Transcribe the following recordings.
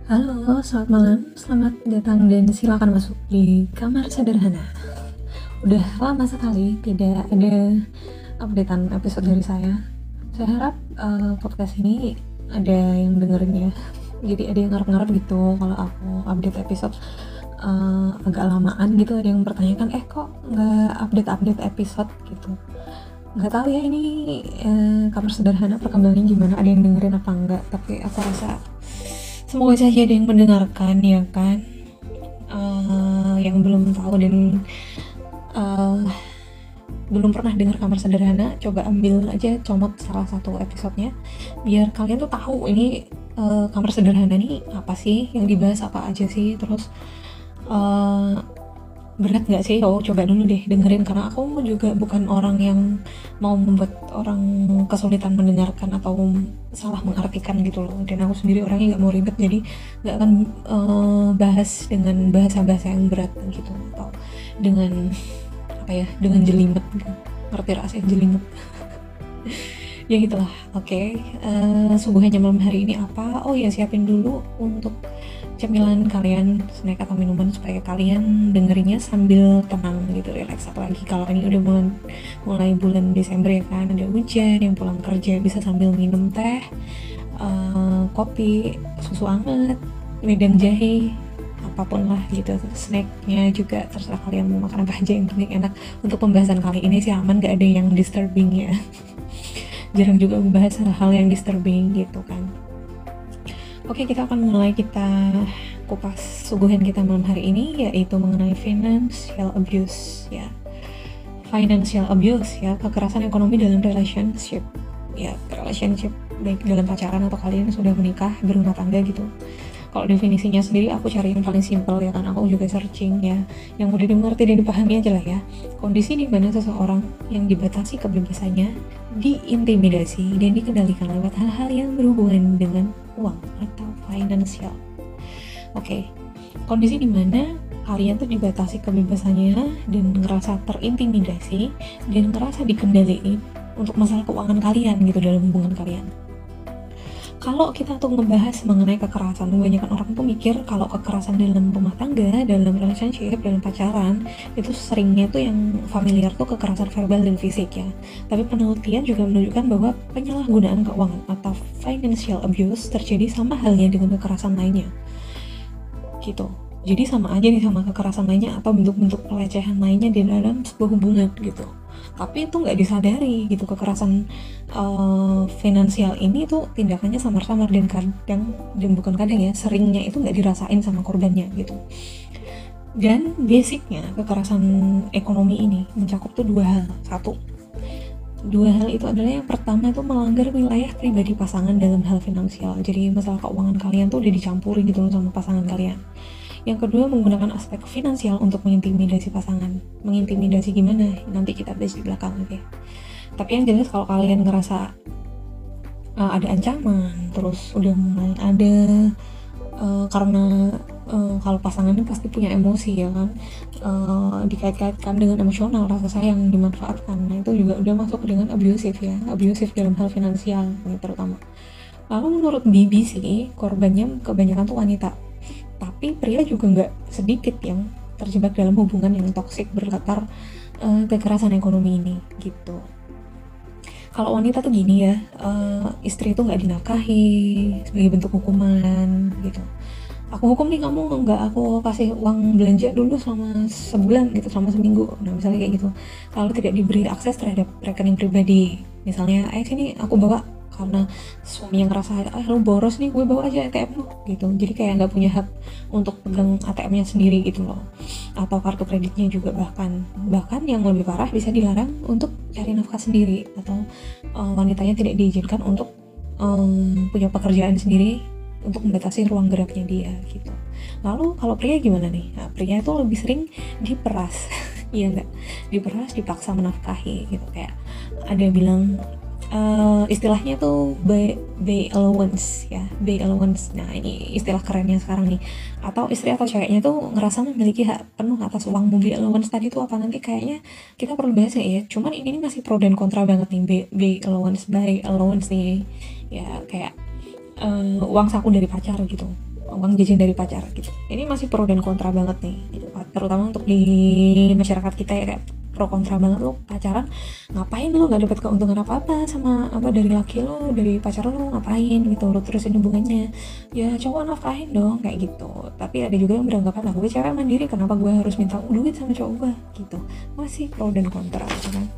Halo, selamat malam. Selamat datang dan silakan masuk di kamar sederhana. Udah lama sekali tidak ada updatean episode dari saya. Saya harap podcast ini ada yang dengerin ya. Jadi ada yang ngarep-ngarep gitu kalau aku update episode agak lamaan gitu. Ada yang mempertanyakan, kok nggak update episode gitu. Nggak tahu ya ini kamar sederhana perkembangannya gimana, ada yang dengerin apa enggak, tapi aku rasa semoga saja ada yang mendengarkan ya kan. Yang belum tahu dan uh, belum pernah dengar kamar sederhana, coba ambil aja comot salah satu episodenya biar kalian tuh tahu ini kamar sederhana nih apa sih, yang dibahas apa aja sih, terus uh, berat nggak sih. Coba dulu deh dengerin, karena aku juga bukan orang yang mau membuat orang kesulitan mendengarkan atau salah mengartikan gitu loh, dan aku sendiri orangnya nggak mau ribet, jadi nggak akan bahas dengan bahasa-bahasa yang berat gitu, atau dengan dengan jelimet gitu. Ngerti rasanya jelimet? Ya gitulah. Oke. Suguhannya malam hari ini apa? Oh ya, siapin dulu untuk cemilan kalian, snack atau minuman, supaya kalian dengerinnya sambil tenang gitu, relax. Apalagi kalau ini udah mulai bulan Desember ya kan, ada hujan, yang pulang kerja bisa sambil minum teh, kopi, susu anget, wedang jahe, apapun lah gitu. Snacknya juga terserah kalian mau makan apa aja, yang penting enak. Untuk pembahasan kali ini sih aman, gak ada yang disturbing ya. Jarang juga membahas hal-hal yang disturbing gitu kan. Oke, kita akan mulai, kita kupas suguhan kita malam hari ini, yaitu mengenai financial abuse ya. Financial abuse ya, kekerasan ekonomi dalam relationship ya, relationship baik dalam pacaran atau kalian sudah menikah, berumah tangga gitu. Kalau definisinya sendiri aku cari yang paling simpel ya kan, aku juga searching ya, yang mudah dimengerti dan dipahami aja lah ya. Kondisi di mana seseorang yang dibatasi kebebasannya, diintimidasi dan dikendalikan lewat hal-hal yang berhubungan dengan uang atau financial. Oke, kondisi di mana kalian tuh dibatasi kebebasannya dan ngerasa terintimidasi dan ngerasa dikendaliin untuk masalah keuangan kalian gitu dalam hubungan kalian. Kalau kita tuh ngebahas mengenai kekerasan, kebanyakan orang tuh mikir kalau kekerasan dalam rumah tangga, dalam relationship, dalam pacaran, itu seringnya tuh yang familiar tuh kekerasan verbal dan fisik ya. Tapi penelitian juga menunjukkan bahwa penyalahgunaan keuangan atau financial abuse terjadi sama halnya dengan kekerasan lainnya. Gitu. Jadi sama aja nih sama kekerasan lainnya atau bentuk-bentuk pelecehan lainnya di dalam sebuah hubungan gitu. Tapi itu nggak disadari gitu, kekerasan finansial ini tuh tindakannya samar-samar dan kadang, dan bukan kadang ya, seringnya itu nggak dirasain sama korbannya gitu. Dan basicnya kekerasan ekonomi ini mencakup tuh dua hal. Dua hal itu adalah, yang pertama itu melanggar wilayah pribadi pasangan dalam hal finansial. Jadi masalah keuangan kalian tuh udah dicampuri gitu loh sama pasangan kalian. Yang kedua, menggunakan aspek finansial untuk mengintimidasi pasangan. Mengintimidasi gimana? Nanti kita bahas di belakang gitu ya. Tapi yang jelas kalau kalian ngerasa ada ancaman, terus udah mulai ada karena kalau pasangan ini pasti punya emosi ya kan, dikait-kaitkan dengan emosional, rasa sayang dimanfaatkan. Nah itu juga udah masuk dengan abusive ya, abusive dalam hal finansial ini terutama. Lalu menurut BBC, korbannya kebanyakan tuh wanita, tapi pria juga nggak sedikit yang terjebak dalam hubungan yang toksik berlatar kekerasan ekonomi ini gitu. Kalau wanita tuh gini ya, istri tuh nggak dinafkahi sebagai bentuk hukuman gitu. Aku hukum nih kamu, nggak aku kasih uang belanja dulu selama sebulan gitu, selama seminggu. Nah misalnya kayak gitu. Lalu tidak diberi akses terhadap rekening pribadi. Misalnya, sini aku bawa, karena suami yang ngerasa lu boros nih, gue bawa aja ATM lu gitu. Jadi kayak nggak punya hak untuk pegang ATM-nya sendiri gitu loh, atau kartu kreditnya juga. Bahkan yang lebih parah, bisa dilarang untuk cari nafkah sendiri, atau wanitanya tidak diizinkan untuk punya pekerjaan sendiri untuk membatasi ruang geraknya dia gitu. Lalu kalau pria gimana nih? Nah, pria itu lebih sering diperas. Iya nggak? Diperas, dipaksa menafkahi gitu. Kayak ada bilang istilahnya tuh bay allowance ya, bay allowance. Nah ini istilah kerennya sekarang nih. Atau istri atau ceweknya tuh ngerasa memiliki hak penuh atas uang bay allowance tadi tuh apa, nanti kayaknya kita perlu bahas ya. Cuman ini masih pro dan kontra banget nih, bay allowance nih ya. Kayak uang saku dari pacar gitu, uang jajan dari pacar gitu. Ini masih pro dan kontra banget nih gitu. Terutama untuk di masyarakat kita ya, kayak pro kontra banget. Lo pacaran ngapain, lo gak dapat keuntungan apa-apa sama apa dari laki lo, dari pacar lo, ngapain gitu lo terusin hubungannya, ya cowok nafkahin dong kayak gitu. Tapi ada juga yang beranggapan, lah gue cewek mandiri, kenapa gue harus minta duit sama cowok gue gitu. Masih pro dan kontra gitu kan.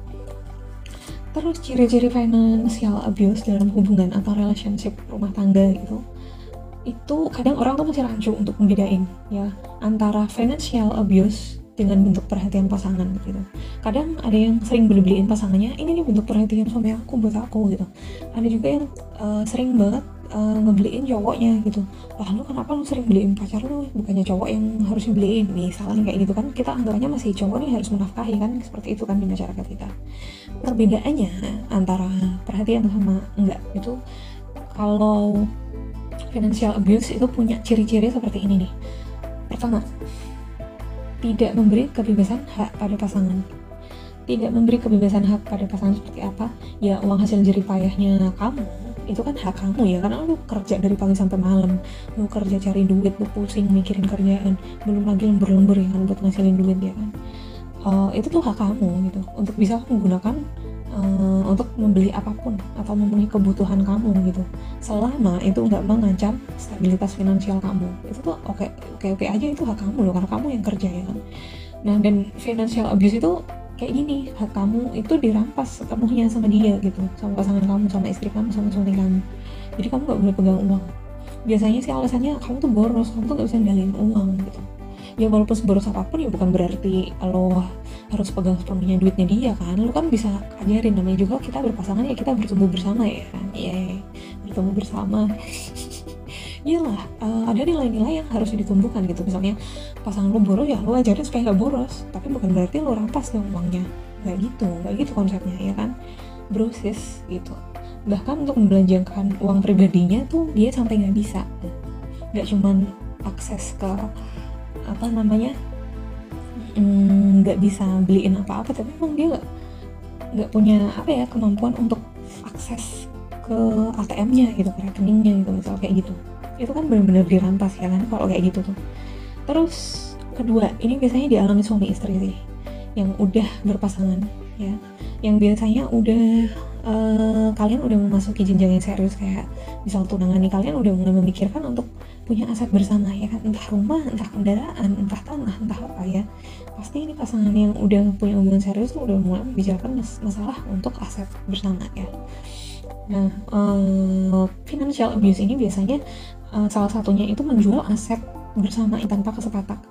Terus ciri-ciri financial abuse dalam hubungan atau relationship rumah tangga gitu, itu kadang orang tuh masih rancu untuk membedain ya antara financial abuse dengan bentuk perhatian pasangan gitu. Kadang ada yang sering beli-beliin pasangannya, ini nih bentuk perhatian suami aku buat aku gitu. Ada juga yang sering banget ngebeliin cowoknya gitu. Lah lu kenapa lu sering beliin pacar lu, bukannya cowok yang harus dibeliin, misalnya kayak gitu kan. Kita anggapannya masih cowok nih harus menafkahi kan, seperti itu kan di masyarakat kita. Perbedaannya antara perhatian sama enggak itu, kalau financial abuse itu punya ciri-ciri seperti ini nih. Pertama, tidak memberi kebebasan hak pada pasangan. Tidak memberi kebebasan hak pada pasangan seperti apa? Ya uang hasil jerih payahnya kamu, itu kan hak kamu ya, karena lu kerja dari pagi sampai malam, lu kerja cari duit, lu pusing mikirin kerjaan, belum lagi lembur-lembur ya kan buat ngasilin duit ya kan. Itu tuh hak kamu gitu, untuk bisa menggunakan untuk membeli apapun atau memenuhi kebutuhan kamu gitu, selama itu nggak mengancam stabilitas finansial kamu. Itu tuh oke aja, itu hak kamu loh, karena kamu yang kerja ya kan. Nah, dan financial abuse itu kayak gini, hak kamu itu dirampas sepenuhnya sama dia gitu, sama pasangan kamu, sama istri kamu, sama suami kamu. Jadi kamu nggak boleh pegang uang. Biasanya sih alasannya kamu tuh boros, kamu tuh nggak bisa ngendaliin uang gitu. Ya walaupun seboros apapun ya bukan berarti lo harus pegang sepenuhnya duitnya dia kan. Lo kan bisa ajarin, namanya juga kita berpasangan ya, kita bertumbuh bersama ya kan. Bertumbuh bersama. Iyalah, ada nilai-nilai yang harus ditumbuhkan gitu. Misalnya pasangan lo boros, ya lo ajarin supaya nggak boros, tapi bukan berarti lo rampas dong uangnya. Nggak gitu konsepnya ya kan. Brosis gitu. Bahkan untuk membelanjakan uang pribadinya tuh dia sampai nggak bisa. Nggak cuman akses ke nggak bisa beliin apa-apa, tapi memang dia nggak punya kemampuan untuk akses ke ATM-nya gitu, ke rekeningnya gitu, misal kayak gitu. Itu kan benar-benar dirampas ya kan kalau kayak gitu tuh. Terus kedua, ini biasanya dialami suami istri sih yang udah berpasangan ya, yang biasanya udah kalian udah memasuki jenjang yang serius, kayak misal tunangan nih, kalian udah mulai memikirkan untuk punya aset bersama ya kan, entah rumah, entah kendaraan, entah tanah, entah apa ya. Pasti ini pasangan yang udah punya hubungan serius tuh udah mulai membicarakan masalah untuk aset bersama ya. Nah, financial abuse ini biasanya salah satunya itu menjual aset bersama tanpa kesepakatan.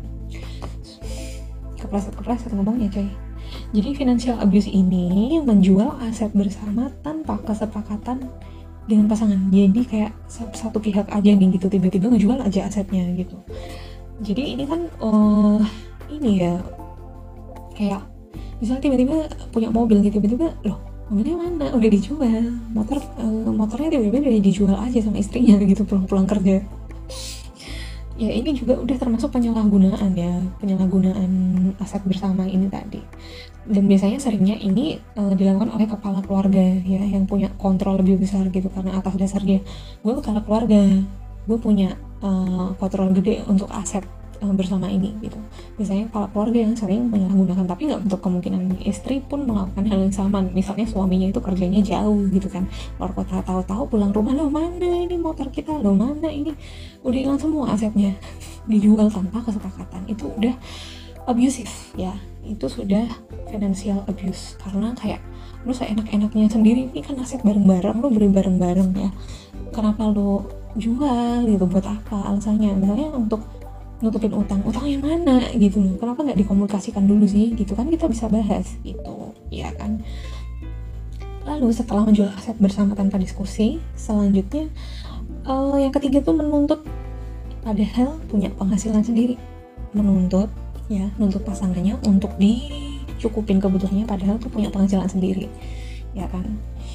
Kepleset ngomongnya coy. Jadi financial abuse ini menjual aset bersama tanpa kesepakatan dengan pasangan. Jadi kayak satu pihak aja nih gitu, tiba-tiba ngejual aja asetnya gitu. Jadi ini kan ini ya, kayak misalnya tiba-tiba punya mobil gitu, tiba-tiba loh mobilnya mana, udah dijual. Motornya tiba-tiba udah dijual aja sama istrinya gitu pulang kerja. Ya ini juga udah termasuk penyalahgunaan aset bersama ini tadi. Dan biasanya seringnya ini dilakukan oleh kepala keluarga ya, yang punya kontrol lebih besar gitu, karena atas dasar gue kepala keluarga, gue punya kontrol gede untuk aset bersama ini gitu. Biasanya kepala keluarga yang sering menyalahgunakan, tapi nggak untuk kemungkinan istri pun melakukan hal yang sama. Misalnya suaminya itu kerjanya jauh gitu kan, luar kota, tahu-tahu pulang rumah, loh mana ini motor kita, loh mana ini, udah hilang semua asetnya, dijual tanpa kesepakatan. Itu udah abusive ya, itu sudah financial abuse. Karena kayak lu seenak-enaknya sendiri, ini kan aset bareng-bareng, lu beli bareng-bareng ya, kenapa lu jual gitu, buat apa alasannya? Misalnya untuk nutupin utang yang mana gitu loh, kenapa nggak dikomunikasikan dulu sih gitu kan, kita bisa bahas gitu ya kan. Lalu setelah menjual aset bersama tanpa diskusi, selanjutnya yang ketiga tuh menuntut, padahal punya penghasilan sendiri, nuntut pasangannya untuk dicukupin kebutuhannya, padahal tuh punya penghasilan sendiri ya kan.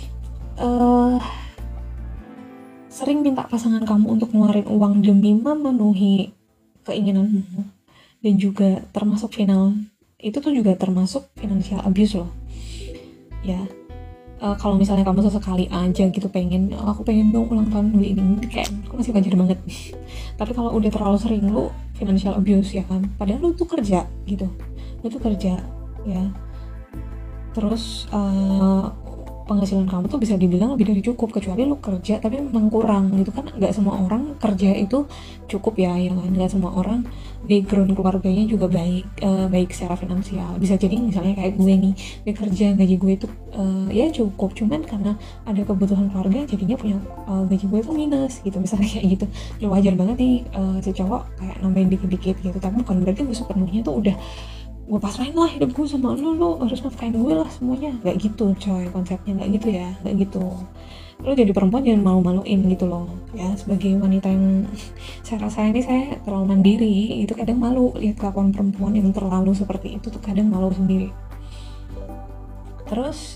Sering minta pasangan kamu untuk ngeluarin uang demi memenuhi keinginanmu, dan juga termasuk itu tuh juga termasuk financial abuse loh ya. kalau misalnya kamu sesekali aja gitu pengen, "Oh, aku pengen dong ulang tahun beli ini," kayak aku masih wajar banget. Tapi kalau udah terlalu sering lu financial abuse ya kan, padahal lu tuh kerja gitu, lu tuh kerja ya, terus penghasilan kamu tuh bisa dibilang lebih dari cukup, kecuali lu kerja tapi memang kurang gitu kan. Nggak semua orang kerja itu cukup ya, ya kan, nggak semua orang background keluarganya juga baik, baik secara finansial. Bisa jadi misalnya kayak gue nih, gue kerja gaji gue itu ya cukup, cuman karena ada kebutuhan keluarga jadinya punya gaji gue itu minus gitu, misalnya kayak gitu. Ya wajar banget nih si cowok kayak nambahin dikit-dikit gitu, tapi bukan berarti gue sepenuhnya tuh udah gue pasrahin lah hidup gue sama lu harus nafkain gue lah semuanya. Nggak gitu coy, konsepnya nggak gitu ya, nggak gitu. Lo jadi perempuan jangan malu-maluin gitu loh ya, sebagai wanita yang saya rasa ini saya terlalu mandiri, itu kadang malu lihat kelakuan perempuan yang terlalu seperti itu tuh, kadang malu sendiri. Terus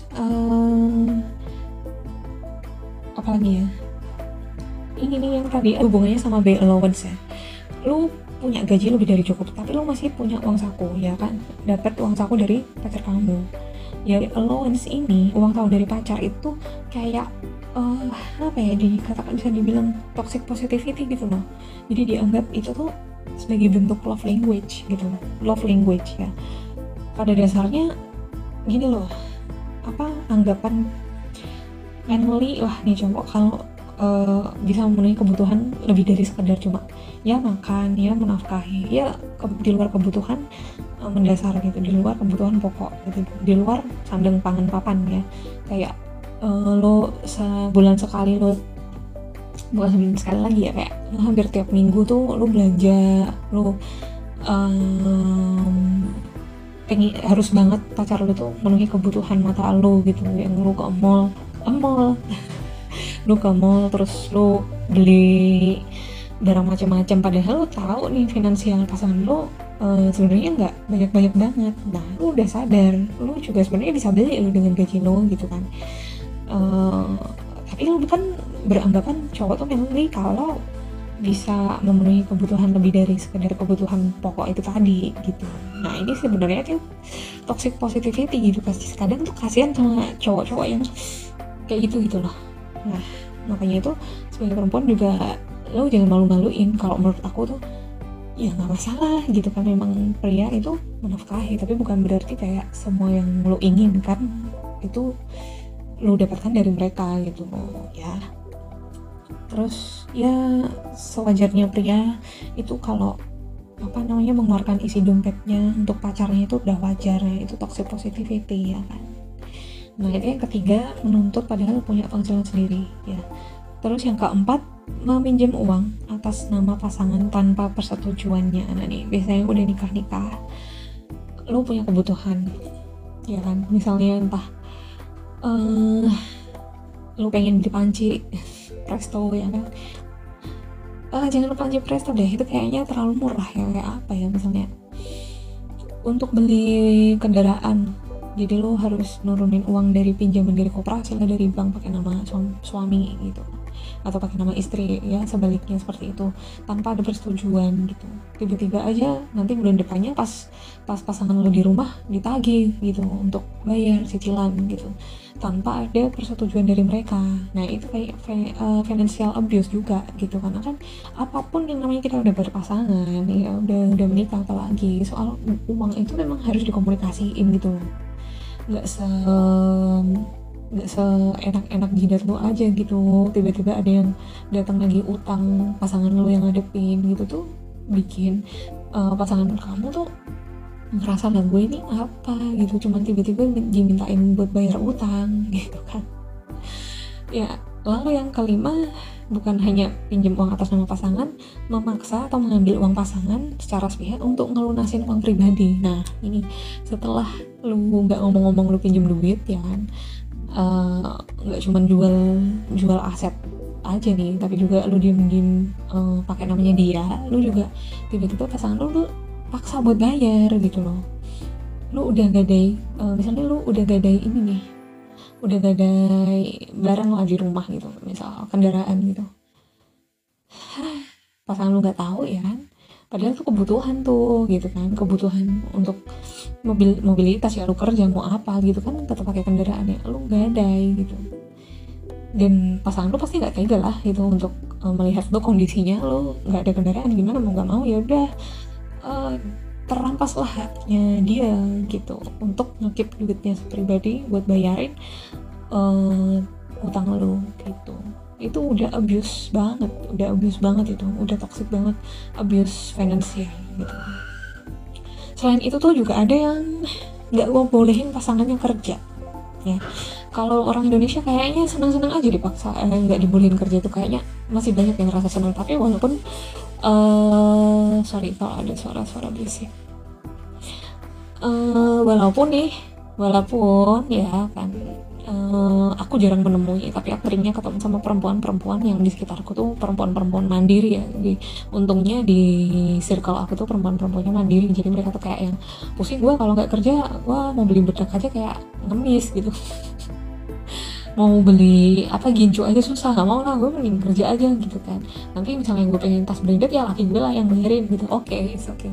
apa lagi ya, ini nih yang tadi hubungannya sama pay allowance ya. Lu punya gaji lebih dari cukup tapi lu masih punya uang saku ya kan, dapat uang saku dari pacar kamu ya. Allowance ini, uang saku dari pacar itu kayak apa ya, dikatakan bisa dibilang toxic positivity gitu loh. Jadi dianggap itu tuh sebagai bentuk love language gitu loh, love language ya. Pada dasarnya gini loh, apa, anggapan annually lah nih cowok kalau bisa memenuhi kebutuhan lebih dari sekedar cuma ya makan, ya menafkahi, ya di luar kebutuhan mendasar gitu, di luar kebutuhan pokok gitu, di luar sandang pangan papan ya. Kayak lo sebulan sekali, lo bukan sebulan sekali lagi ya, kayak lo hampir tiap minggu tuh lo belanja, lo pengen harus banget pacar lo tuh memenuhi kebutuhan mata lo gitu, yang lo ke mall lu ke mall terus lu beli barang macam-macam, padahal lu tahu nih finansial pasangan lu sebenarnya nggak banyak-banyak banget. Nah lu udah sadar lu juga sebenarnya bisa beli lu dengan gaji lu gitu kan. Tapi lu bukan beranggapan cowok tuh memang kalau bisa memenuhi kebutuhan lebih dari sekedar kebutuhan pokok itu tadi gitu. Nah ini sebenarnya tuh toxic positivity gitu, pasti kadang tuh kasihan sama cowok-cowok yang kayak gitu loh. Nah makanya itu sebagai perempuan juga lo jangan malu-maluin. Kalau menurut aku tuh ya nggak masalah gitu kan, memang pria itu menafkahi, tapi bukan berarti kayak semua yang lo inginkan itu lo dapatkan dari mereka gitu ya. Terus ya sewajarnya pria itu kalau apa namanya mengeluarkan isi dompetnya untuk pacarnya itu udah wajar ya, itu toxic positivity ya kan. Nah itu yang ketiga, menuntut padahal punya penghasilan sendiri ya. Terus yang keempat, meminjam uang atas nama pasangan tanpa persetujuannya. Nah nih biasanya udah nikah lo punya kebutuhan ya kan, misalnya entah lo pengen beli panci presto ya kan, jangan panci presto deh, itu kayaknya terlalu murah ya. Kayak apa ya, misalnya untuk beli kendaraan, jadi lo harus nurunin uang dari pinjaman dari koperasi lah, dari bank, pakai nama suami gitu, atau pakai nama istri ya, sebaliknya seperti itu, tanpa ada persetujuan gitu. Tiba-tiba aja nanti bulan depannya pas pasangan lo di rumah ditagih gitu untuk bayar cicilan gitu, tanpa ada persetujuan dari mereka. Nah itu kayak financial abuse juga gitu, karena kan apapun yang namanya kita udah berpasangan ya, udah menikah, apalagi soal uang itu memang harus dikomunikasiin gitu, nggak seenak-enak jidat lo aja gitu. Tiba-tiba ada yang datang lagi utang, pasangan lo yang ngadepin gitu tuh bikin pasangan kamu tuh ngerasa lah gue ini apa gitu, cuman tiba-tiba dimintain buat bayar utang gitu kan ya. Lalu yang kelima, bukan hanya pinjam uang atas nama pasangan, memaksa atau mengambil uang pasangan secara sepihak untuk ngelunasin uang pribadi. Nah ini setelah lu nggak ngomong-ngomong lu pinjam duit ya kan, nggak cuman jual aset aja nih, tapi juga lu diem pakai namanya dia, lu juga tiba-tiba pasangan lu paksa buat bayar gitu loh. Lu udah gadai misalnya lu udah gadai ini nih, udah gadai barang lah di rumah gitu, misal kendaraan gitu, pasangan lu nggak tahu ya kan, padahal tuh kebutuhan tuh gitu kan, kebutuhan untuk mobilitas ya, lu kerja mau apa gitu kan tetap pakai kendaraan ya, lu gadai gitu. Dan pasangan lu pasti nggak tega lah gitu untuk melihat lu kondisinya lu nggak ada kendaraan, gimana mau nggak mau ya udah terampas lah haknya dia gitu untuk ngekip duitnya pribadi buat bayarin utang lu gitu. Itu udah abuse banget itu, udah toxic banget, abuse finansial gitu. Selain itu tuh juga ada yang nggak bolehin pasangannya kerja ya. Kalau orang Indonesia kayaknya senang-senang aja dipaksa nggak dibolehin kerja, itu kayaknya masih banyak yang ngerasa senang. Tapi walaupun sorry kalau ada suara-suara berisik, walaupun ya kan aku jarang menemui, tapi aku seringnya ketemu sama perempuan-perempuan yang di sekitarku tuh perempuan-perempuan mandiri ya. Untungnya di circle aku tuh perempuan-perempuannya mandiri, jadi mereka tuh kayak yang pusing gue kalau nggak kerja, wah mau beli bedak aja kayak ngemis gitu. Mau beli apa gincu aja susah, nggak mau lah, gue mending kerja aja gitu kan. Nanti misalnya gue pengen tas branded ya laki gue lah yang bayarin gitu. Oke, it's okay.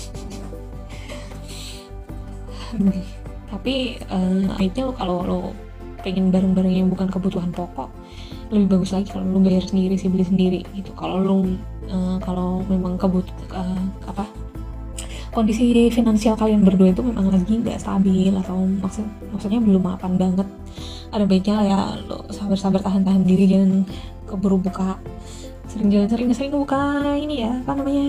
Tapi akhirnya kalau lo pengen barang-barang yang bukan kebutuhan pokok, lebih bagus lagi kalau lo bayar sendiri sih, beli sendiri gitu. Kalau lo kalau memang kondisi finansial kalian berdua itu memang lagi nggak stabil atau maksudnya belum mapan banget, ada baiknya ya lo sabar-sabar tahan diri, jangan keburu buka sering buka ini ya apa namanya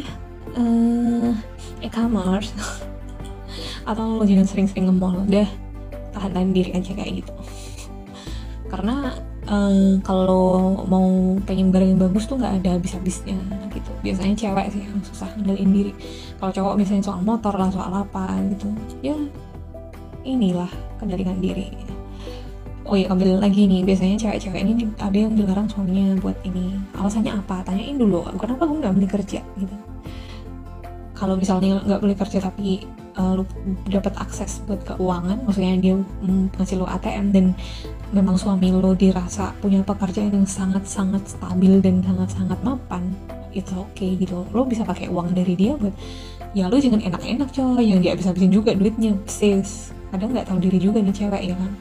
e-commerce atau lo jangan sering-sering nge-mall, udah tahan diri aja kayak gitu. Karena kalau mau pengen barang yang bagus tuh nggak ada habis-habisnya gitu. Biasanya cewek sih yang susah ngendaliin diri. Kalau cowok misalnya soal motor lah, soal apa gitu, ya inilah kendalikan diri. Oh iya, kembali lagi nih, biasanya cewek-cewek ini ada yang dilarang suaminya buat ini. Alasannya apa? Tanyain dulu, kenapa gue nggak boleh kerja gitu. Kalau misalnya nggak boleh kerja tapi lu dapat akses buat keuangan, maksudnya dia ngasih lu ATM dan memang suami lo dirasa punya pekerjaan yang sangat-sangat stabil dan sangat-sangat mapan, itu oke gitu. Lo bisa pakai uang dari dia buat ya, lo jangan enak-enak coy, yang dia habis-habisin juga duitnya sis. Kadang nggak tahu diri juga nih cewek ya kan.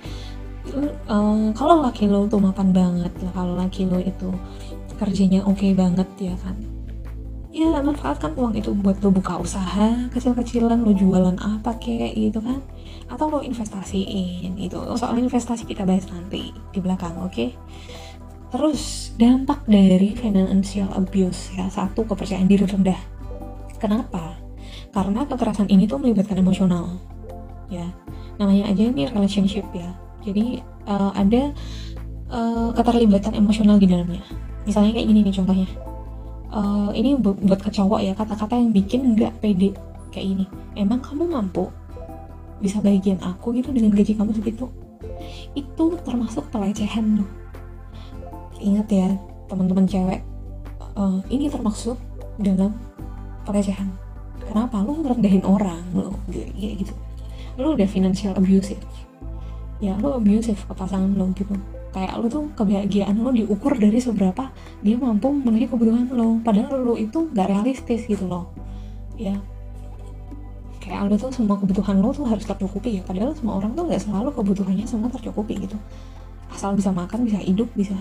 Kalau laki lo tuh mapan banget lah, kalau laki lo itu kerjanya oke banget ya kan, ya manfaatkan uang itu buat lo buka usaha kecil-kecilan, lo jualan apa kayak gitu kan, atau lo investasiin. Itu soal investasi kita bahas nanti di belakang, oke? Terus dampak dari financial abuse ya, satu, kepercayaan diri rendah. Kenapa? Karena kekerasan ini tuh melibatkan emosional ya, namanya aja ini relationship ya, jadi ada keterlibatan emosional di dalamnya. Misalnya kayak gini nih contohnya, ini buat ke cowok ya, kata-kata yang bikin nggak pede kayak ini, emang kamu mampu bisa bagian aku gitu dengan gaji kamu segitu, itu termasuk pelecehan loh. Ingat ya teman-teman cewek, ini termasuk dalam pelecehan. Kenapa? Lu ngerendahin orang lo kayak gitu, lu udah financial abusive ya, lu abusive ke pasangan lo gitu. Kayak lu tuh kebahagiaan lo diukur dari seberapa dia mampu memenuhi kebutuhan lo, padahal lo itu nggak realistis gitu loh ya. Kayak lo tuh semua kebutuhan lo tuh harus tercukupi ya, padahal semua orang tuh nggak selalu kebutuhannya semua tercukupi gitu. Asal bisa makan, bisa hidup, bisa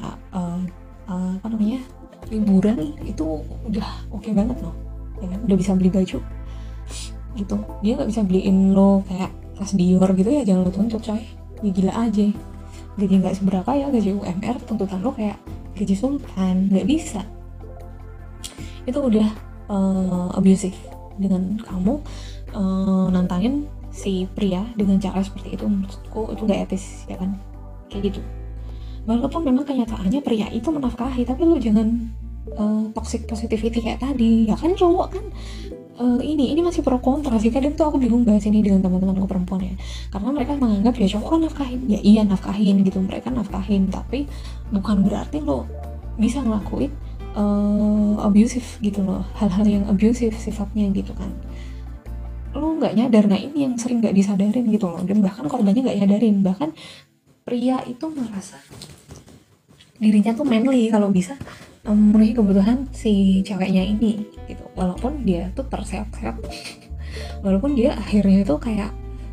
liburan, itu udah oke banget loh ya kan? Udah bisa beli baju gitu, dia nggak bisa beliin lo kayak tas Dior gitu ya, jangan lo tuntut coy, ya gila aja. Gaji nggak seberapa ya, gaji UMR, tuntutan lo kayak gaji sultan, nggak bisa. Itu udah abusive dengan kamu nantangin si pria dengan cara seperti itu. Menurutku itu nggak etis ya kan, kayak gitu. Walaupun memang kenyataannya pria itu menafkahi, tapi lo jangan toxic positivity kayak tadi ya kan. Cowok kan ini masih pro kontra sih, kadang tuh aku bingung bahas ini dengan teman-temanku perempuan ya, karena mereka menganggap ya cowok kan nafkahin, ya iya nafkahin gitu, mereka nafkahin, tapi bukan berarti lo bisa ngelakuin abusive gitu loh, hal-hal yang abusive sifatnya gitu kan. Lo nggak nyadar, nah ini yang sering nggak disadarin gitu loh, dan bahkan korbannya nggak nyadarin. Bahkan pria itu merasa dirinya tuh manly kalau bisa memenuhi kebutuhan si ceweknya ini gitu, walaupun dia tuh terseok-seok, walaupun dia akhirnya tuh kayak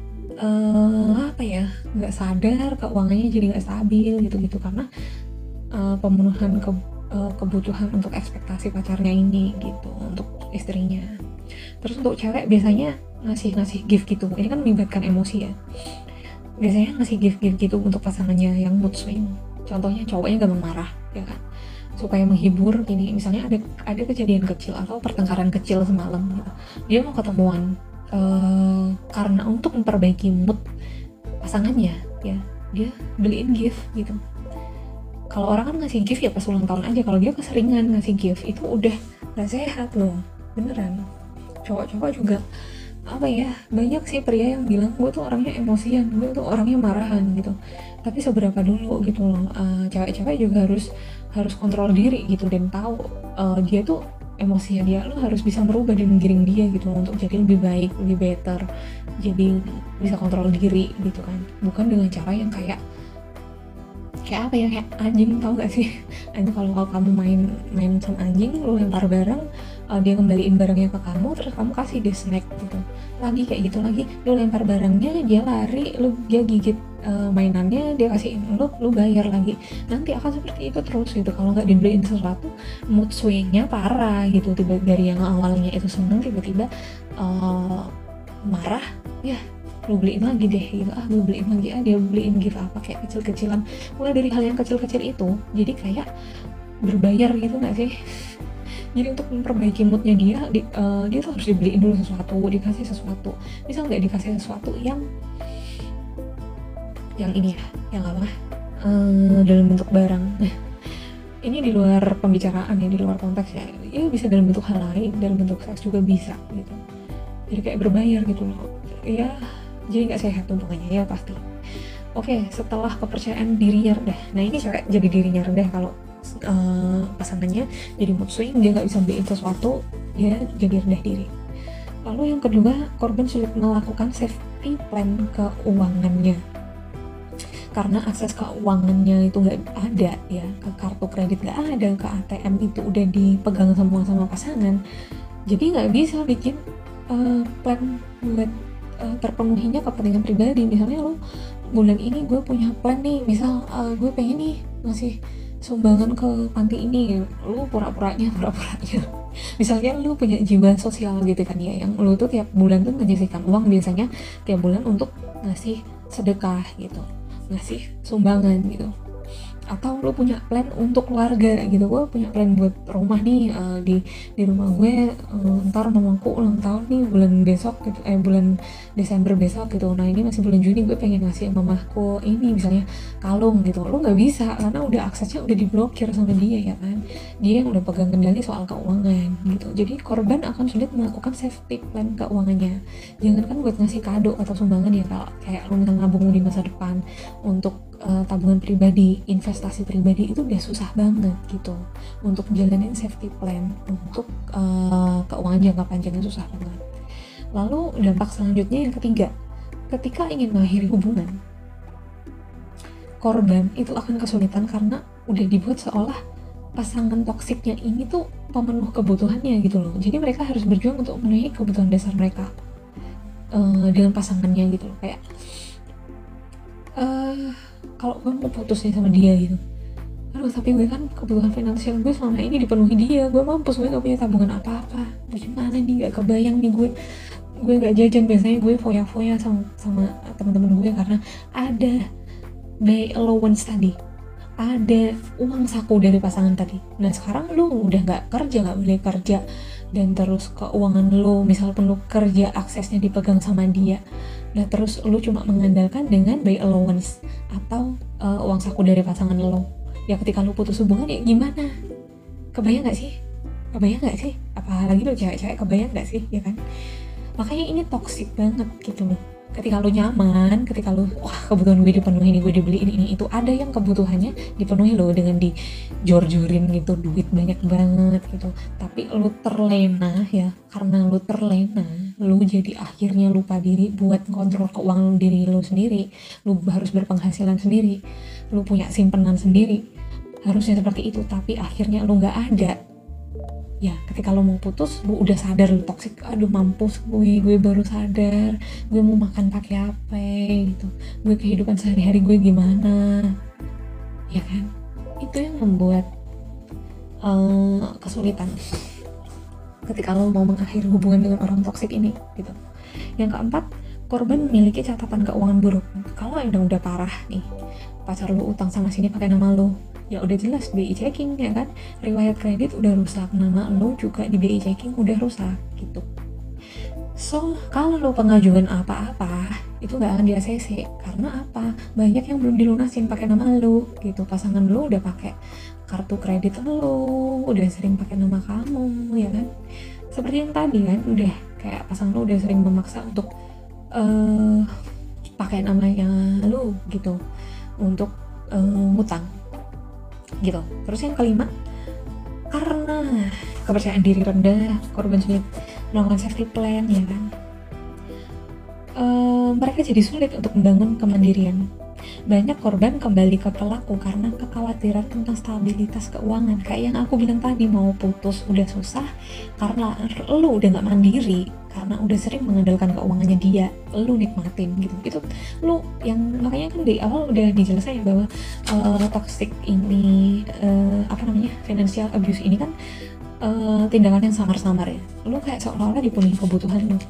apa ya, nggak sadar keuangannya jadi nggak stabil gitu karena pemenuhan kebutuhan untuk ekspektasi pacarnya ini gitu untuk istrinya. Terus untuk cewek biasanya ngasih gift gitu, ini kan melibatkan emosi ya, biasanya ngasih gift gitu untuk pasangannya yang mood swing. Contohnya cowoknya gampang marah ya kan, supaya menghibur gini, misalnya ada kejadian kecil atau pertengkaran kecil semalam gitu, dia mau ketemuan karena untuk memperbaiki mood pasangannya ya, dia beliin gift gitu. Kalau orang kan ngasih gift ya pas ulang tahun aja, kalau dia keseringan ngasih gift itu udah gak sehat loh, beneran. Cowok-cowok juga apa ya, banyak sih pria yang bilang gue tuh orangnya emosian, gue tuh orangnya marahan gitu, tapi seberapa dulu gitu loh. Cewek-cewek juga harus kontrol diri gitu dan tahu dia tuh emosinya dia, lo harus bisa merubah dan menggiring dia gitu loh, untuk jadi lebih baik, lebih better, jadi bisa kontrol diri gitu kan, bukan dengan cara yang kayak apa ya, kayak anjing, tau gak sih anjing, kalau kamu main sama anjing, lu lempar barang, dia kembaliin barangnya ke kamu, terus kamu kasih dia snack gitu lagi, kayak gitu lagi, lu lempar barangnya, dia lari, dia gigit mainannya, dia kasihin lu bayar lagi, nanti akan seperti itu terus gitu. Kalau nggak dibeliin sesuatu, mood swingnya parah gitu, tiba dari yang awalnya itu seneng tiba-tiba marah ya, lu beliin lagi deh gitu, lu beliin lagi, dia beliin gift apa kayak kecil-kecilan, mulai dari hal yang kecil-kecil itu jadi kayak berbayar gitu gak sih. Jadi untuk memperbaiki moodnya dia tuh harus dibeliin dulu sesuatu, dikasih sesuatu, misal nggak dikasih sesuatu yang ini ya, yang apa, dalam bentuk barang, nah ini di luar pembicaraan ya, di luar konteks ya, bisa dalam bentuk hal lain, dalam bentuk seks juga bisa gitu, jadi kayak berbayar gitu loh ya, jadi nggak sehat untungnya ya pasti. Oke, setelah kepercayaan dirinya rendah, nah ini cewek jadi dirinya rendah kalau pasangannya jadi mood swing, dia nggak bisa beliin sesuatu, dia jadi rendah diri. Lalu yang kedua, korban sulit melakukan safety plan keuangannya karena akses keuangannya itu nggak ada ya, ke kartu kredit nggak ada, ke ATM itu udah dipegang semua sama pasangan, jadi nggak bisa bikin plan buat terpenuhinya kepentingan pribadi. Misalnya lo bulan ini gue punya plan nih, misal gue pengen nih ngasih sumbangan ke panti ini, lo pura-puranya misalnya lo punya jiwa sosial gitu kan ya, yang lo tuh tiap bulan tuh menyisihkan uang biasanya tiap bulan untuk ngasih sedekah gitu, ngasih sumbangan gitu, atau lo punya plan untuk keluarga gitu, gue punya plan buat rumah nih, di rumah gue ntar mamaku ulang tahun nih bulan besok gitu, bulan Desember besok gitu, nah ini masih bulan Juni gue pengen ngasih mamaku ini misalnya kalung gitu, lo nggak bisa karena udah aksesnya udah diblokir sama dia ya kan, dia yang udah pegang kendali soal keuangan gitu. Jadi korban akan sulit melakukan safety plan keuangannya, jangankan buat ngasih kado atau sumbangan ya, kalau kayak lo misalnya nabung di masa depan untuk tabungan pribadi, investasi pribadi itu udah susah banget gitu, untuk jalanin safety plan untuk keuangan jangka panjangnya susah banget. Lalu dampak selanjutnya yang ketiga, ketika ingin mengakhiri hubungan, korban itu akan kesulitan karena udah dibuat seolah pasangan toksiknya ini tuh pemenuh kebutuhannya gitu loh, jadi mereka harus berjuang untuk memenuhi kebutuhan dasar mereka dengan pasangannya gitu loh, kayak kalau gue mau putus nih sama dia gitu, aduh tapi gue kan kebutuhan finansial gue selama ini dipenuhi dia, gue mampus, gue gak punya tabungan apa-apa, gimana nih, gak kebayang nih gue gak jajan, biasanya gue foya-foya sama teman-teman gue karena ada biaya allowance tadi, ada uang saku dari pasangan tadi. Nah sekarang lu udah gak kerja, gak boleh kerja, dan terus keuangan lu misal perlu kerja aksesnya dipegang sama dia, nah terus lu cuma mengandalkan dengan by allowance atau uang saku dari pasangan lu ya, ketika lu putus hubungan ya gimana, kebayang gak sih apalagi lu cewek-cewek, kebayang gak sih ya kan. Makanya ini toxic banget gitu loh, ketika lu nyaman, ketika lu wah kebutuhan gue dipenuhi nih, gue dibeliin ini itu, ada yang kebutuhannya dipenuhi loh dengan dijor-jorin gitu, duit banyak banget gitu, tapi lu terlena ya, karena lu terlena, lu jadi akhirnya lupa diri buat kontrol keuangan diri lu sendiri, lu harus berpenghasilan sendiri, lu punya simpenan sendiri, harusnya seperti itu, tapi akhirnya lu nggak ada, Ya ketika lo mau putus, lo udah sadar lo toxic, aduh mampus gue baru sadar gue mau makan pakai apa gitu, gue kehidupan sehari-hari gue gimana, ya kan? Itu yang membuat kesulitan ketika lo mau mengakhiri hubungan dengan orang toksik ini gitu. Yang keempat, korban memiliki catatan keuangan buruk. Kalau yang udah parah nih, pacar lo utang sana sini pakai nama lo, ya udah jelas BI checking ya kan, riwayat kredit udah rusak, nama lo juga di BI checking udah rusak gitu. So kalau lo pengajuan apa-apa itu nggak akan di ACC karena apa, banyak yang belum dilunasin pakai nama lo gitu. Pasangan lo udah pakai kartu kredit lo, udah sering pakai nama kamu ya kan, seperti yang tadi kan, udah kayak pasangan lo udah sering memaksa untuk pakai namanya lo gitu untuk ngutang gitu. Terus yang kelima, karena kepercayaan diri rendah, korban sulit melakukan safety plan ya kan, mereka jadi sulit untuk membangun kemandirian. Banyak korban kembali ke pelaku karena kekhawatiran tentang stabilitas keuangan. Kayak yang aku bilang tadi, mau putus udah susah karena lu udah gak mandiri, karena udah sering mengandalkan keuangannya dia, lu nikmatin gitu. Itu lu yang makanya kan di awal udah dijelasin ya bahwa toxic ini financial abuse ini kan tindakan yang samar-samar ya. Lu kayak seolah-olah dipenuhi kebutuhan lu,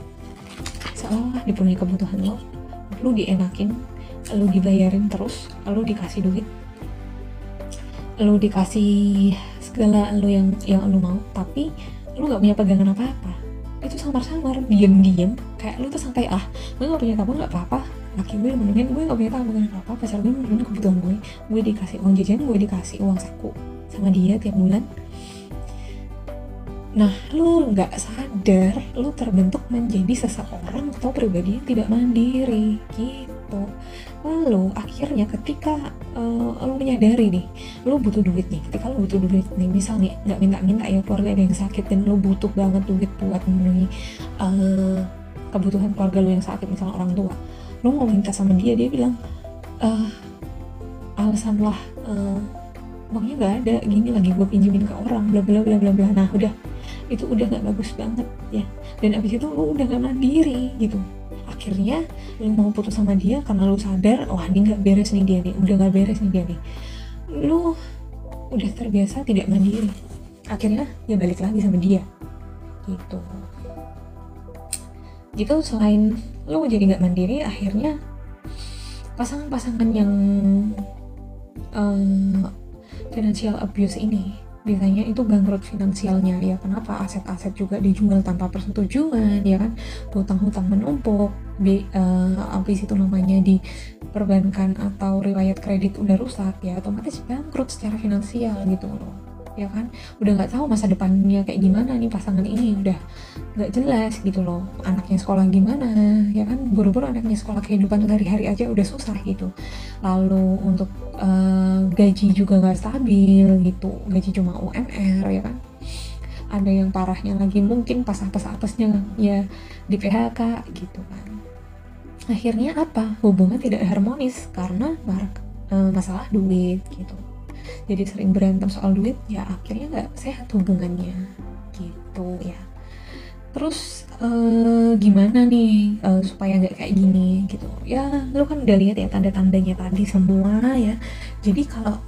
lu dienakin, lu dibayarin terus, lu dikasih duit, lu dikasih segala lu yang lu mau, tapi lu nggak punya pegangan apa-apa. Itu samar-samar, diem-diem, kayak lu tuh santai, gue nggak punya tabungan nggak apa-apa, laki gue menuhin gue nggak punya tabungan apa-apa, pacar gue menuhin kebutuhan gue dikasih uang jajan, gue dikasih uang saku sama dia tiap bulan. Nah, lu nggak sadar, lu terbentuk menjadi seseorang atau pribadi yang tidak mandiri gitu. Lalu akhirnya ketika lu menyadari nih, lu butuh duit nih. Ketika lu butuh duit nih, misal nih nggak minta-minta ya, keluarga ada yang sakit dan lu butuh banget duit buat memenuhi kebutuhan keluarga lu yang sakit, misalnya orang tua. Lu mau minta sama dia, dia bilang alasan lah uangnya nggak ada, gini lagi gue pinjemin ke orang, bla bla bla bla bla. Nah udah, itu udah nggak bagus banget ya. Dan abis itu lu udah nggak mandiri gitu. Akhirnya lu mau putus sama dia karena lu sadar, wah ini nggak beres nih dia nih, udah nggak beres nih dia nih. Lu udah terbiasa tidak mandiri, akhirnya ya balik lagi sama dia gitu. Selain lu jadi nggak mandiri, akhirnya pasangan-pasangan yang financial abuse ini biasanya itu bangkrut finansialnya ya. Kenapa? Aset-aset juga dijual tanpa persetujuan ya kan, hutang-hutang menumpuk, habis itu namanya diperbankan atau riwayat kredit udah rusak ya, otomatis bangkrut secara finansial gitu loh ya kan. Udah nggak tahu masa depannya kayak gimana nih, pasangan ini udah nggak jelas gitu loh, anaknya sekolah gimana ya kan, buru-buru anaknya sekolah, kehidupan sehari-hari aja udah susah gitu. Lalu untuk gaji juga nggak stabil gitu, gaji cuma UMR ya kan. Ada yang parahnya lagi mungkin pas-apesnya ya di PHK gitu kan. Akhirnya apa, hubungan tidak harmonis karena masalah duit gitu. Jadi sering berantem soal duit ya, akhirnya nggak sehat hubungannya gitu ya. Terus gimana nih supaya nggak kayak gini gitu ya, lu kan udah lihat ya tanda-tandanya tadi semua ya. Jadi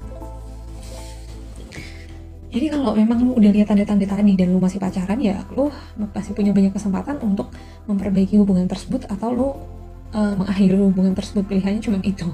kalau memang lu udah lihat tanda-tanda tadi dan lu masih pacaran ya, lu pasti punya banyak kesempatan untuk memperbaiki hubungan tersebut, atau lu mengakhiri hubungan tersebut. Pilihannya cuma itu,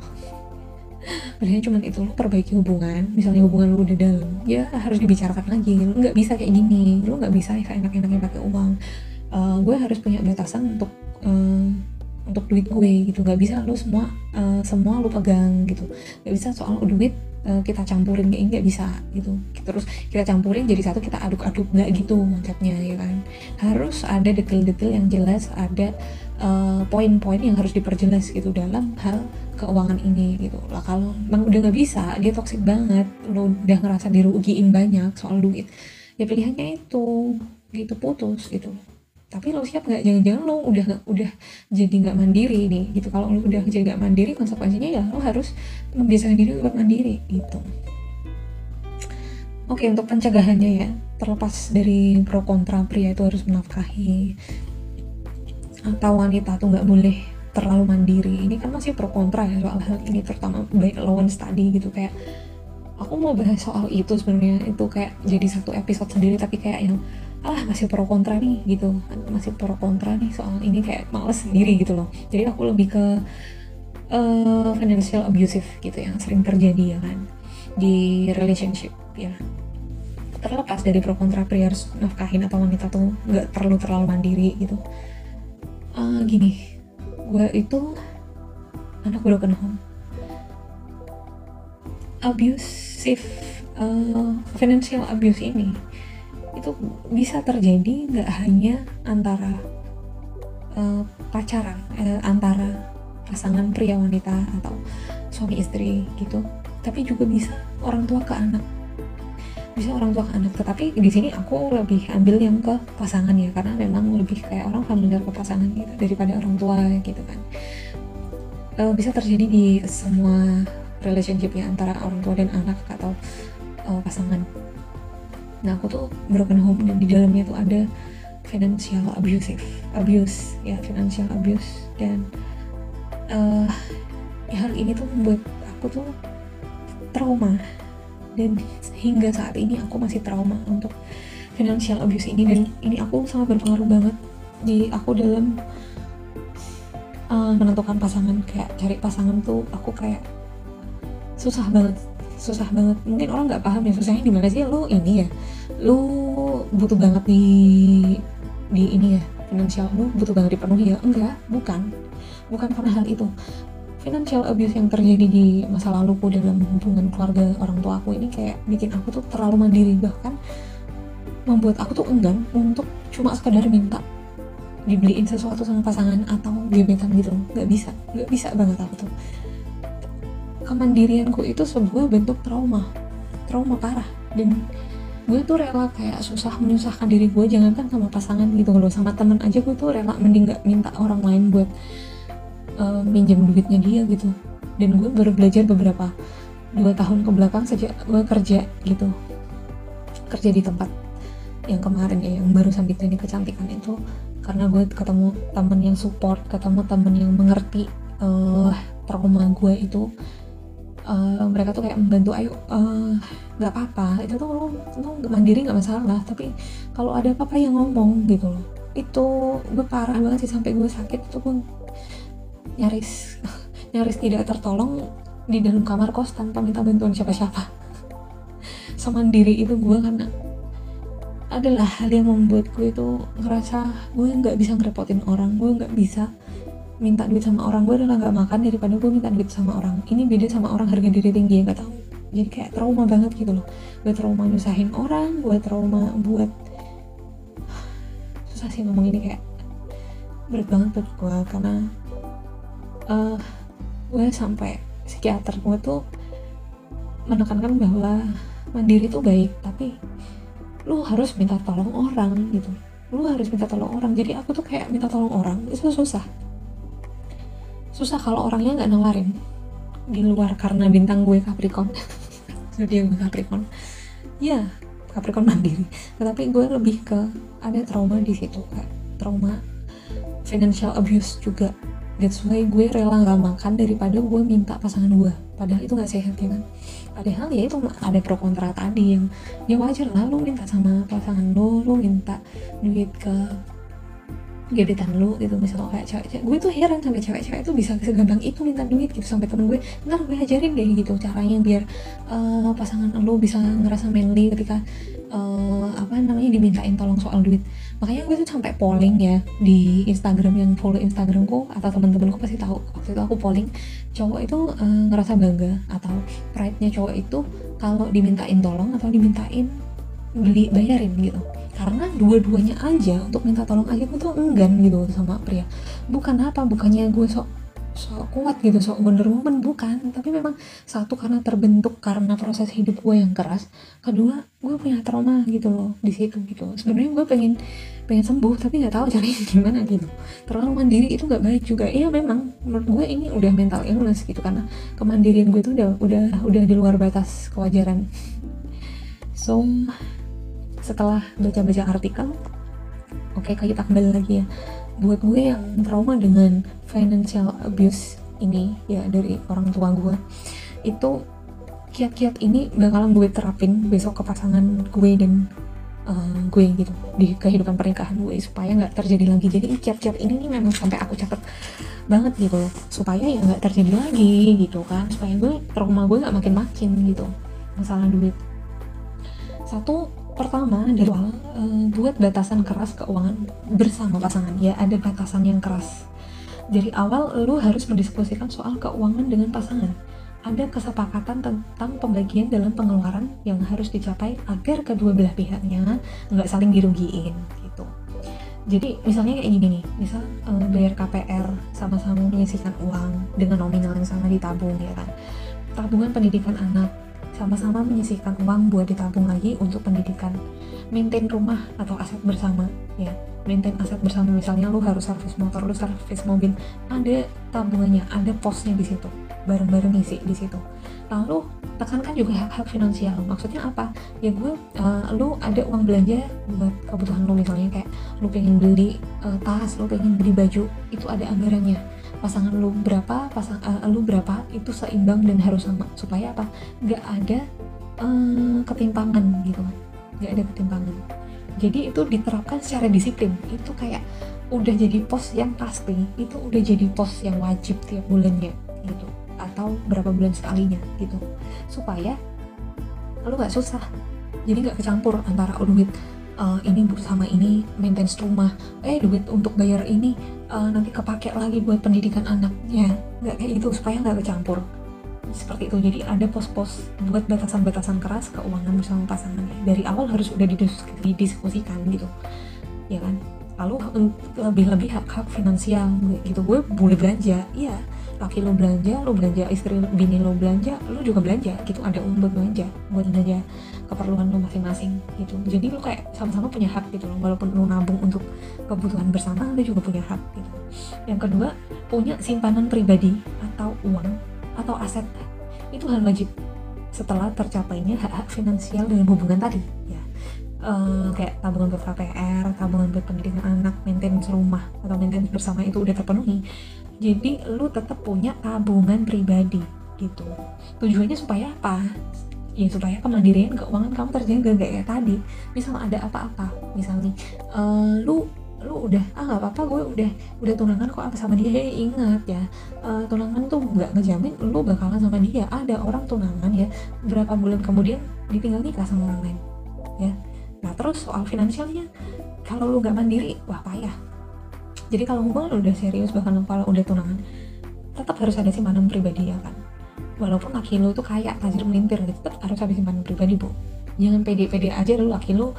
lu perbaiki hubungan. Misalnya hubungan lu udah dalam, ya harus dibicarakan lagi. Lu nggak bisa kayak gini, lu nggak bisa kayak enak-enaknya pakai uang. Gue harus punya batasan untuk duit gue gitu. Nggak bisa lu semua lu pegang gitu. Nggak bisa soal duit kita campurin, nggak bisa gitu. Terus kita campurin jadi satu, kita aduk-aduk, nggak gitu konsepnya ya kan. Harus ada detail-detail yang jelas, ada poin-poin yang harus diperjelas gitu dalam hal keuangan ini gitu lah. Kalau emang udah nggak bisa, dia toksik banget, lu udah ngerasa dirugiin banyak soal duit, ya pilihannya itu gitu, putus gitu. Tapi lo siap nggak? Jangan-jangan lo udah jadi nggak mandiri nih gitu. Kalau lo udah jadi nggak mandiri, konsekuensinya ya lo harus membiasakan diri buat mandiri gitu. Oke, untuk pencegahannya ya, terlepas dari pro kontra pria itu harus menafkahi atau wanita tuh nggak boleh terlalu mandiri, ini kan masih pro kontra ya soal hal ini, terutama baik lawan study gitu. Kayak aku mau bahas soal itu sebenarnya, itu kayak jadi satu episode sendiri, tapi kayak yang masih pro kontra nih gitu, masih pro kontra nih soal ini, kayak males sendiri gitu loh. Jadi aku lebih ke financial abusive gitu yang sering terjadi ya kan di relationship ya. Terlepas dari pro kontra pria harus nafkahin atau wanita tuh nggak perlu terlalu mandiri gitu. Gini, gue itu anak broken home, abusive financial abuse ini itu bisa terjadi nggak hanya antara pacaran, antara pasangan pria wanita atau suami istri gitu, tapi juga bisa orang tua ke anak, bisa orang tua ke anak. Tetapi di sini aku lebih ambil yang ke pasangan ya, karena memang lebih kayak orang familiar ke pasangan gitu daripada orang tua gitu kan. Bisa terjadi di semua relationship ya, antara orang tua dan anak atau pasangan. Nah aku tuh broken home dan di dalamnya tuh ada financial abuse ya, financial abuse. Dan hal ini tuh membuat aku tuh trauma, dan hingga saat ini aku masih trauma untuk financial abuse ini. Dan ini aku sangat berpengaruh banget di aku dalam menentukan pasangan. Kayak cari pasangan tuh aku kayak susah banget. Mungkin orang nggak paham ya susahnya di mana sih. Lu ini ya, lu butuh banget di ini ya, finansial lu butuh banget dipenuhi ya. Enggak, bukan karena hal itu. Financial abuse yang terjadi di masa laluku dalam hubungan keluarga orang tua aku ini kayak bikin aku tuh terlalu mandiri, bahkan membuat aku tuh enggan untuk cuma sekadar minta dibeliin sesuatu sama pasangan atau gebetan gitu. Nggak bisa banget aku tuh. Kemandirianku itu sebuah bentuk trauma parah, dan gue tuh rela kayak susah menyusahkan diri gue, jangankan sama pasangan gitu loh, sama temen aja gue tuh rela mending gak minta orang lain buat minjem duitnya dia gitu. Dan gue baru belajar beberapa 2 tahun ke belakang sejak gue kerja di tempat yang kemarin ya, yang barusan di klinik kecantikan itu, karena gue ketemu temen yang support, ketemu temen yang mengerti trauma gue itu. Mereka tuh kayak membantu, ayo nggak apa-apa, itu tuh lo mandiri nggak masalah, tapi kalau ada apa-apa yang ngomong gitu loh. Itu gue parah banget sih, sampai gue sakit itu gue nyaris tidak tertolong di dalam kamar kos tanpa minta bantuan siapa-siapa. Semandiri itu gue karena adalah hal yang membuat gue itu ngerasa gue nggak bisa ngerepotin orang, gue nggak bisa minta duit sama orang. Gue udah nggak makan daripada gue minta duit sama orang. Ini beda sama orang harga diri tinggi ya, nggak tahu. Jadi kayak trauma banget gitu loh. Gue trauma nyusahin orang, gue trauma buat, susah sih ngomong ini, kayak berat banget buat gue. Karena gue sampai psikiater gue tuh menekankan bahwa mandiri tuh baik, tapi lu harus minta tolong orang gitu. Jadi aku tuh kayak minta tolong orang itu susah kalau orangnya nggak nawarin di luar, karena bintang gue Capricorn. Jadi gue Capricorn ya, Capricorn mandiri, tetapi gue lebih ke ada trauma di situ, kayak trauma financial abuse juga. That's why gue rela nggak makan daripada gue minta pasangan gue, padahal itu nggak sehat ya kan. Padahal ya itu ada pro kontra tadi, yang ya wajar lah lu minta sama pasangan lu minta duit ke gebetan lu gitu. Misalnya kayak cewek, gue tuh heran sampai cewek-cewek itu bisa segampang itu minta duit gitu. Sampai temen gue, ntar gue ajarin deh gitu caranya biar pasangan lu bisa ngerasa manly ketika dimintain tolong soal duit. Makanya gue tuh sampai polling ya di Instagram, yang follow Instagramku atau teman-temanku pasti tahu. Waktu itu aku polling, cowok itu ngerasa bangga atau pride-nya cowok itu kalau dimintain tolong atau dimintain bayarin gitu. Karena dua-duanya aja untuk minta tolong aja gue tuh enggan gitu sama pria. Bukannya gue sok kuat gitu, sok Wonder Woman, bukan. Tapi memang satu, karena terbentuk karena proses hidup gue yang keras. Kedua, gue punya trauma gitu loh di situ gitu. Sebenarnya gue pengen sembuh, tapi nggak tahu caranya gimana gitu. Terlalu mandiri itu nggak baik juga. Iya memang menurut gue ini udah mental illness gitu, karena kemandirian gue tuh udah di luar batas kewajaran. So setelah baca-baca artikel, oke, kita kembali lagi ya. Buat gue yang trauma dengan financial abuse ini ya dari orang tua gue, itu kiat-kiat ini bakalan gue terapin besok ke pasangan gue dan gue gitu di kehidupan pernikahan gue supaya nggak terjadi lagi. Jadi kiat-kiat ini nih memang sampai aku catat banget gitu loh, supaya ya nggak terjadi lagi gitu kan, supaya gue trauma gue nggak makin-makin gitu masalah duit. Satu, pertama adalah buat batasan keras keuangan bersama pasangan ya. Ada batasan yang keras dari awal. Lu harus mendiskusikan soal keuangan dengan pasangan. Ada kesepakatan tentang pembagian dalam pengeluaran yang harus dicapai agar kedua belah pihaknya nggak saling dirugiin gitu. Jadi misalnya kayak gini nih, misal bayar KPR, sama-sama menyisihkan uang dengan nominal yang sama ditabung ya kan. Tabungan pendidikan anak, sama-sama menyisihkan uang buat ditabung lagi untuk pendidikan. Maintain rumah atau aset bersama ya, maintain aset bersama. Misalnya lu harus servis motor, lu servis mobil, ada tabungannya, ada posnya di situ, bareng-bareng isi di situ. Lalu tekankan juga hak-hak finansial. Maksudnya apa? Ya gue, lu ada uang belanja buat kebutuhan lu, misalnya kayak lu pengen beli tas, lu pengen beli baju, itu ada anggarannya. Pasangan lu berapa, lu berapa, itu seimbang dan harus sama, supaya apa? Nggak ada ketimpangan gitu kan, nggak ada ketimpangan. Jadi itu diterapkan secara disiplin, itu kayak udah jadi pos yang pasti, itu udah jadi pos yang wajib tiap bulannya gitu, atau berapa bulan sekalinya gitu, supaya lu nggak susah. Jadi nggak kecampur antara duit ini sama ini maintenance rumah, duit untuk bayar ini nanti kepake lagi buat pendidikan anaknya, nggak kayak gitu, supaya nggak kecampur seperti itu. Jadi ada pos-pos buat batasan-batasan keras keuangan bersama pasangannya. Dari awal harus udah didiskusikan gitu ya kan. Lalu lebih-lebih hak-hak finansial gitu. Gue boleh belanja, iya, laki lo belanja, istri bini lo belanja, lo juga belanja gitu. Ada uang buat belanja keperluan lo masing-masing gitu. Jadi lo kayak sama-sama punya hak gitu loh. Walaupun lo nabung untuk kebutuhan bersama, lo juga punya hak gitu. Yang kedua, punya simpanan pribadi atau uang atau aset, itu hal wajib setelah tercapainya hak-hak finansial dalam hubungan tadi ya. Kayak tabungan buat KPR, tabungan buat pendidikan anak, maintenance rumah atau maintenance bersama itu udah terpenuhi. Jadi lu tetap punya tabungan pribadi gitu. Tujuannya supaya apa? Ya supaya kemandirian keuangan kamu terjaga, kayak tadi. Misal ada apa-apa, misalnya lu udah nggak apa-apa, gue udah tunangan kok apa sama dia. Ingat ya, tunangan tuh nggak ngejamin lu bakalan sama dia. Ada orang tunangan ya, berapa bulan kemudian ditinggal nikah sama orang lain ya. Nah terus soal finansialnya, kalau lu nggak mandiri, wah payah. Jadi kalau hubungan udah serius, bahkan kalau udah tunangan, tetap harus ada simpanan pribadi ya kan. Walaupun laki lu tuh kayak tajir melintir gitu, tetap harus ada simpanan pribadi, Bu. Jangan pede-pede aja lu laki lu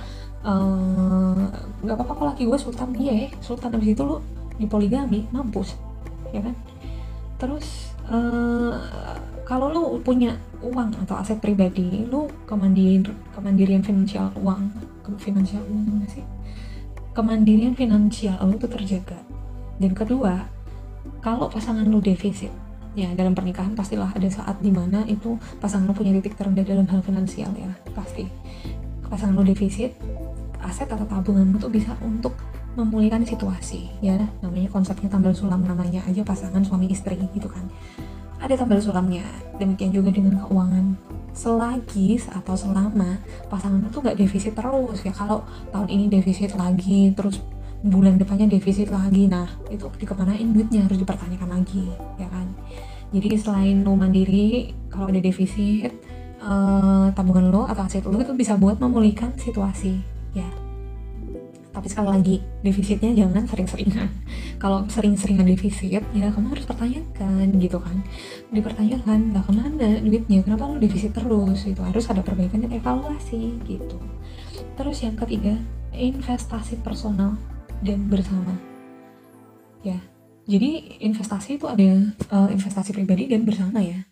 nggak apa-apa kok laki gue sultan, dia sultan, abis itu lu dipoligami, mampus ya kan. Terus kalau lu punya uang atau aset pribadi, lu kemandirian finansial uang gimana sih? Kemandirian finansial lu tuh terjaga. Dan kedua, kalau pasangan lu defisit, ya dalam pernikahan pastilah ada saat dimana itu pasangan lu punya titik terendah dalam hal finansial ya, pasti. Pasangan lu defisit, aset atau tabungan tuh bisa untuk memulihkan situasi ya. Namanya konsepnya tambal sulam, namanya aja pasangan suami istri gitu kan, ada tambal sulamnya. Demikian juga dengan keuangan, selagi atau selama pasangan tuh nggak defisit terus ya. Kalau tahun ini defisit lagi, terus bulan depannya defisit lagi, nah itu dikemanain duitnya, harus dipertanyakan lagi ya kan. Jadi selain lo mandiri, kalau ada defisit, tabungan lo atau aset lo itu bisa buat memulihkan situasi ya. Tapi sekali lagi, defisitnya jangan sering-seringan. Kalau sering-seringan defisit, ya kamu harus pertanyakan gitu kan. Dipertanyakan, lah kemana duitnya, kenapa lo defisit terus, itu harus ada perbaikan dan evaluasi gitu. Terus yang ketiga, investasi personal dan bersama ya. Jadi investasi itu ada investasi pribadi dan bersama ya.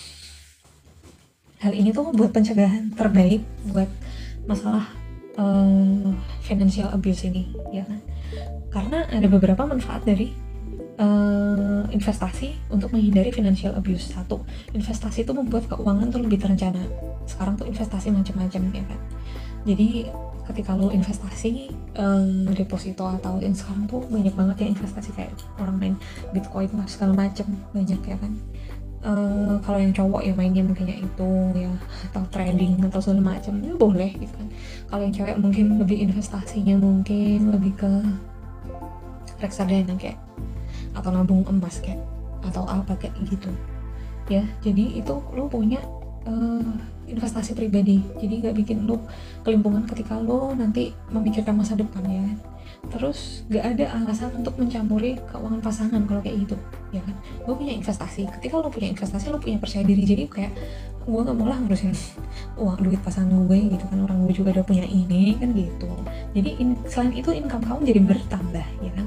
Hal ini tuh buat pencegahan terbaik buat masalah financial abuse ini ya kan. Karena ada beberapa manfaat dari investasi untuk menghindari financial abuse. Satu, investasi itu membuat keuangan tuh lebih terencana. Sekarang tuh investasi macam-macam ya kan. Jadi ketika lo investasi deposito atau yang sekarang tuh banyak banget ya investasi kayak orang main Bitcoin lah segala macam banyak ya kan. Kalau yang cowok ya mainnya mungkin ya itu ya atau trading atau segala macam ya boleh gitu kan. Kalau yang cewek mungkin lebih investasinya mungkin lebih ke reksadana kayak atau nabung emas kayak atau apa kayak gitu ya. Jadi itu lo punya investasi pribadi, jadi nggak bikin lo kelimpungan ketika lo nanti memikirkan masa depan ya. Terus nggak ada alasan untuk mencampuri keuangan pasangan kalau kayak gitu ya kan. Gue punya investasi, ketika lo punya investasi lo punya percaya diri, jadi kayak gue nggak mau lah ngurusin uang duit pasangan gue gitu kan, orang gue juga udah punya ini kan gitu. Jadi selain itu income kamu jadi bertambah ya kan,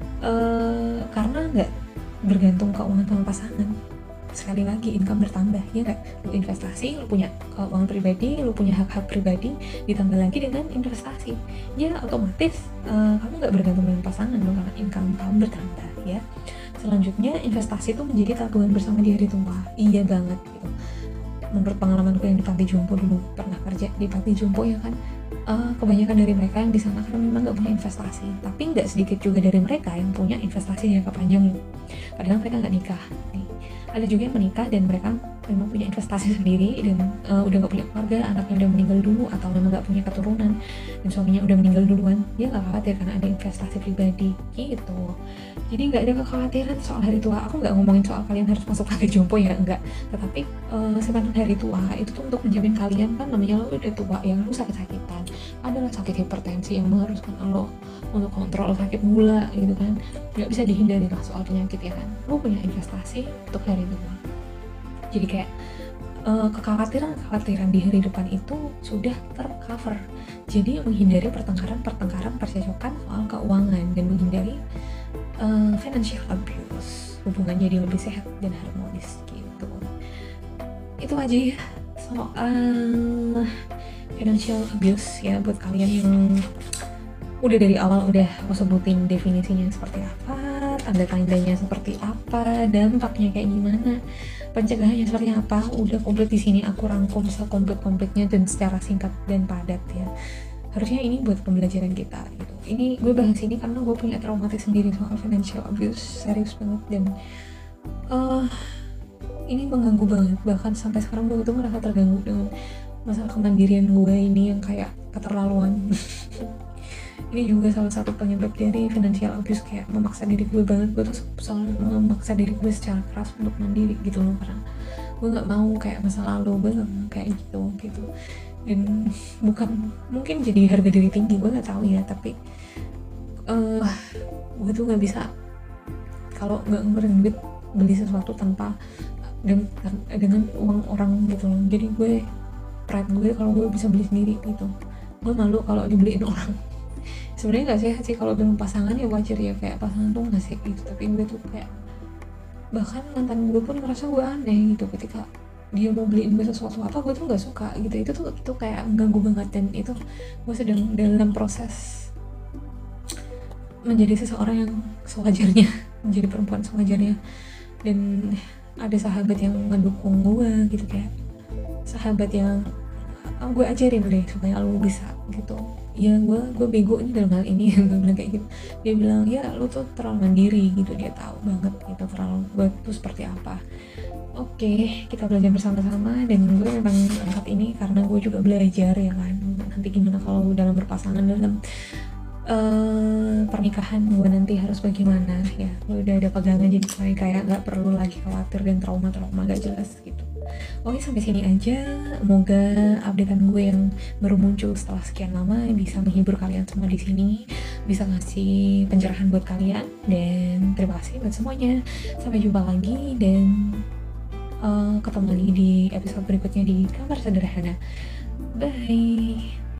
karena nggak bergantung keuangan sama pasangan. Sekali lagi income bertambah ya kan, lu investasi, lu punya keuangan pribadi, lu punya hak-hak pribadi, ditambah lagi dengan investasi ya otomatis kamu nggak bergantung dengan pasangan dong karena income kamu bertambah ya. Selanjutnya investasi itu menjadi tabungan bersama di hari tua. Iya banget gitu. Menurut pengalamanku yang di panti jompo dulu, pernah kerja di panti jompo ya kan, kebanyakan dari mereka yang di sana karena memang nggak punya investasi, tapi nggak sedikit juga dari mereka yang punya investasi jangka panjang. Padahal mereka nggak nikah nih. Ada juga yang menikah dan mereka memang punya investasi sendiri dan udah nggak punya keluarga, anaknya udah meninggal dulu atau memang nggak punya keturunan dan suaminya udah meninggal duluan, dia nggak khawatir karena ada investasi pribadi gitu. Jadi nggak ada kekhawatiran soal hari tua. Aku nggak ngomongin soal kalian harus masuk panti jompo ya, enggak, tetapi simpanan hari tua itu tuh untuk menjamin kalian kan, namanya lo udah tua ya, lo sakit-sakitan, adalah sakit hipertensi yang mengharuskan lo untuk kontrol sakit gula gitu kan, nggak bisa dihindari lah soal penyakit ya kan. Lo punya investasi untuk hari tua, jadi kayak kekhawatiran di hari depan itu sudah tercover. Jadi menghindari pertengkaran percekcokan soal keuangan dan menghindari financial abuse, hubungan jadi lebih sehat dan harmonis gitu. Itu aja ya soal financial abuse ya, buat kalian yang udah dari awal udah aku sebutin definisinya seperti apa, tanda-tandanya seperti apa, dampaknya kayak gimana, pencegahannya seperti apa, udah komplit di sini aku rangkum sekomplit-komplitnya dan secara singkat dan padat ya. Harusnya ini buat pembelajaran kita gitu. Ini gue bahas ini karena gue punya traumatis sendiri soal financial abuse, serius banget, dan ini mengganggu banget. Bahkan sampai sekarang gue tuh merasa terganggu dengan masalah kemandirian gue ini yang kayak keterlaluan. Ini juga salah satu penyebab dari financial abuse, kayak memaksa diri gue banget. Gue tuh selalu memaksa diri gue secara keras untuk mandiri gitu loh, karena gue nggak mau kayak masa lalu, gue nggak mau kayak gitu. Dan bukan mungkin jadi harga diri tinggi, gue nggak tahu ya, tapi gue tuh nggak bisa kalau nggak ngeluarin duit beli sesuatu tanpa dengan uang orang gitu loh. Jadi gue pride gue kalau gue bisa beli sendiri gitu. Gue malu kalau dibeliin orang. Sebenarnya nggak sehat sih kalau dengan pasangan, ya wajar ya kayak pasangan tuh ngasih gitu, tapi gue tuh kayak, bahkan mantan gue pun ngerasa gue aneh gitu ketika dia mau beliin gue sesuatu apa, gue tuh nggak suka gitu. Itu kayak mengganggu banget, dan itu gue sedang dalam proses menjadi seseorang yang sewajarnya, menjadi perempuan sewajarnya. Dan ada sahabat yang ngedukung gue gitu, kayak sahabat yang gue ajarin deh supaya lo bisa gitu ya. Gue bego ini dalam hal ini. Gue bilang kayak gitu, dia bilang ya lo tuh terlalu mandiri gitu, dia tahu banget gitu terlalu gue tuh seperti apa. Oke, kita belajar bersama-sama, dan gue memang angkat ini karena gue juga belajar ya kan, nanti gimana kalau dalam berpasangan, dalam pernikahan gue nanti harus bagaimana ya. Gue udah ada pegangan, jadi kayak nggak perlu lagi khawatir dan trauma gak jelas gitu. Oke, sampai sini aja. Semoga updatean gue yang baru muncul setelah sekian lama bisa menghibur kalian semua di sini, bisa ngasih pencerahan buat kalian, dan terima kasih buat semuanya. Sampai jumpa lagi, dan ketemu lagi di episode berikutnya di Kamar Sederhana. Bye.